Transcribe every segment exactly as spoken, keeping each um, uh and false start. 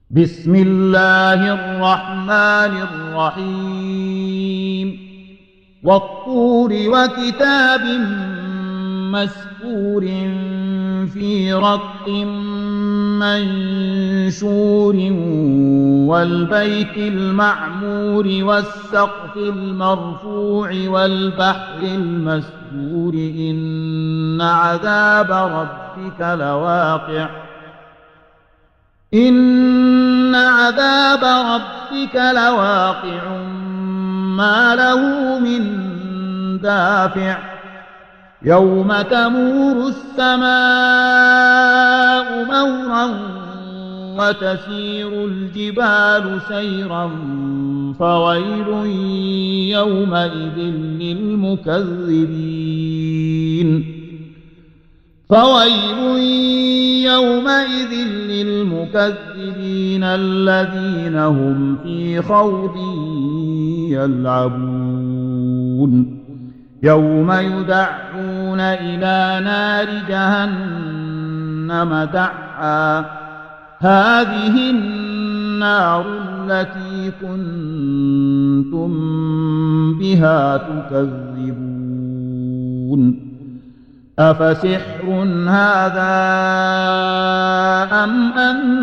بسم الله الرحمن الرحيم والطور وكتاب مسكور في رق منشور والبيت المعمور والسقف المرفوع والبحر المسجور إن عذاب ربك لواقع إن عذاب ربك لواقع ما له من دافع يوم تمور السماء مورا وتسير الجبال سيرا فويل يومئذ للمكذبين فويل يومئذ للمكذبين الذين هم في خوض يلعبون يوم يدعون إلى نار جهنم دعا هذه النار التي كنتم بها تكذبون أفسحر هذا أم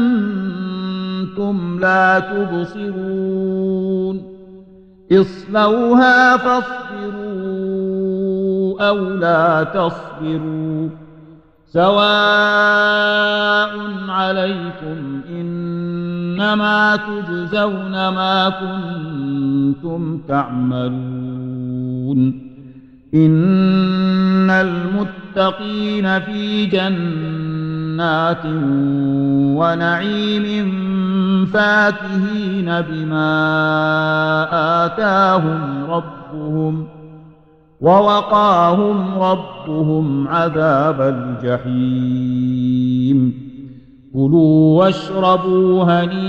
أنتم لا تبصرون اصلوها فاصبروا أو لا تصبروا سواء عليكم إنما تجزون ما كنتم تعملون إن المتقين في جنات ونعيم فاكهين بما آتاهم ربهم ووقاهم ربهم عذاب الجحيم كلوا واشربوا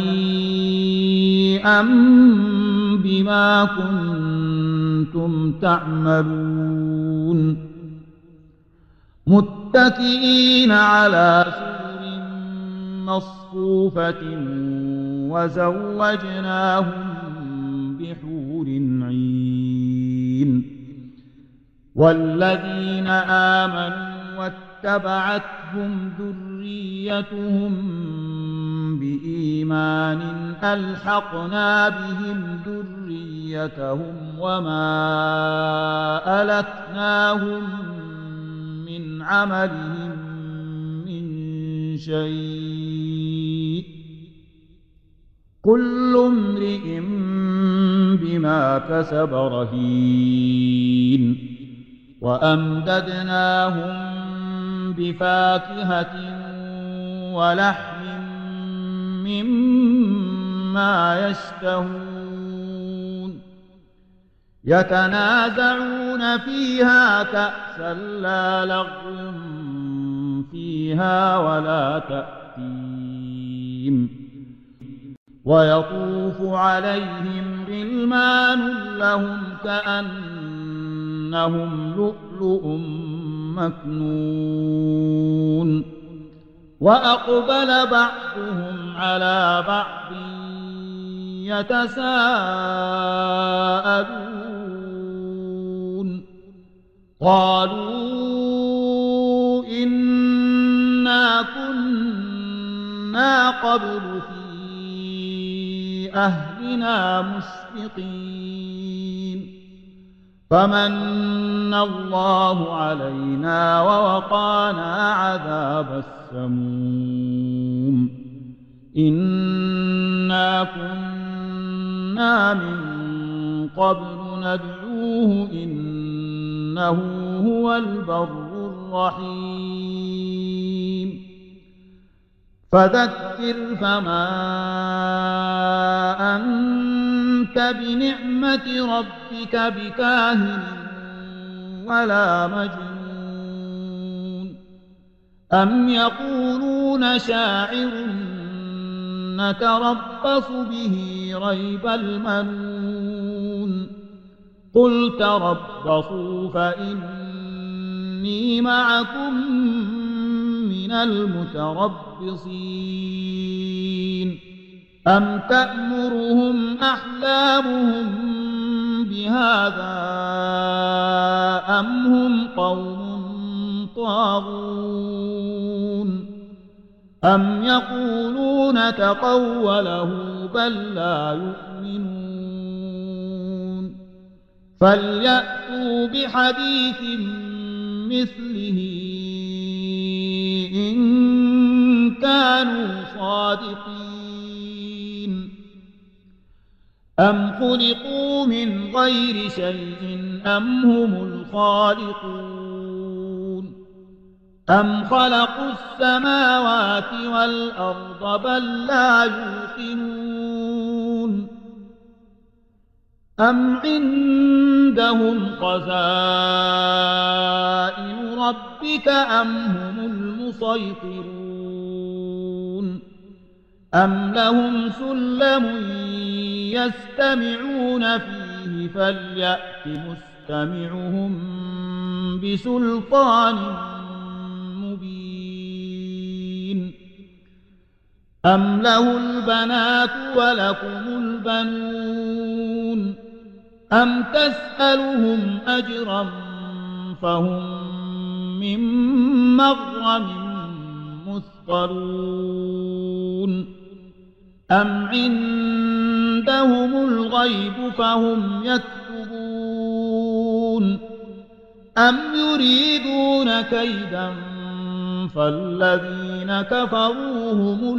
هنيئا بما كنتم تعملون متكئين على سرر مصفوفة وزوجناهم بحور عين والذين آمنوا واتبعتهم ذريتهم بإيمان ألحقنا بهم ذريتهم وما ألتناهم من عملهم من شيء كل امرئ بما كسب رهين وأمددناهم بفاكهة ولحم مما يشتهون يتنازعون فيها كأسا لا لغو فيها ولا تأثيم ويطوف عليهم غلمان لهم كأنهم لؤلؤ مكنون وأقبل بعضهم على بعض يتساءلون قالوا إنا كنا قبل في أهلنا مشفقين فمن الله علينا ووقانا عذاب السموم إنا كنا من قبل ندعوه إنه هو البر الرحيم فذكر فما أنت بنعمة ربك بكاهن ولا مجنون أم يقولون شاعر نتربص به ريب المنون قل تربصوا فإني معكم من المتربصين أم تأمرهم أحلامهم بهذا أم هم قوم طاغون أم يقولون تقوله بل لا يؤمنون فليأتوا بحديث مثله إن كانوا صادقين أم خلقوا من غير شيء أم هم الخالقون أم خلقوا السماوات والأرض بل لا يوقنون أم عندهم خزائن ربك أم هم المسيطرون أم لهم سلم يستمعون فيه فليأت مستمعهم بسلطان مبين أم له البنات ولكم البنون أم تسألهم أجرا فهم من مغرم مثقلون أم عندهم الغيب فهم يكتبون أم يريدون كيدا فالذين كفروا هم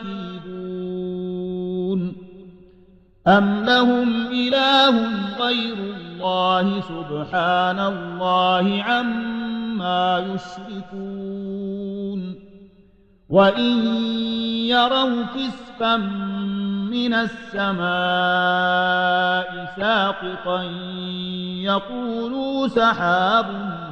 المكيدون أم لهم إله غير الله سبحان الله عما يشركون وإن يروا كسفا من السماء ساقطا يقولوا سحاب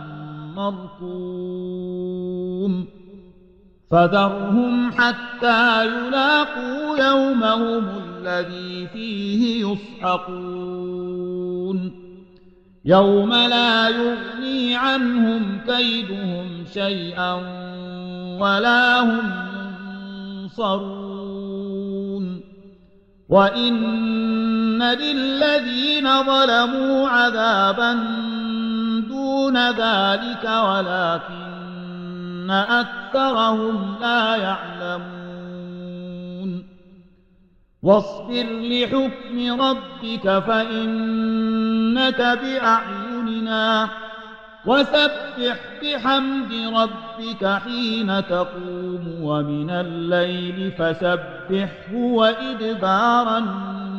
مركوم فذرهم حتى يلاقوا يومهم الذي فيه يصعقون يوم لا يغني عنهم كيدهم شيئا ولا هم ينصرون وإن للذين ظلموا عذابا دون ذلك ولكن أكثرهم لا يعلمون واصبر لحكم ربك فإنك بأعيننا وسبح بحمد ربك حين تقوم ومن الليل فسبحه وإدبار النجوم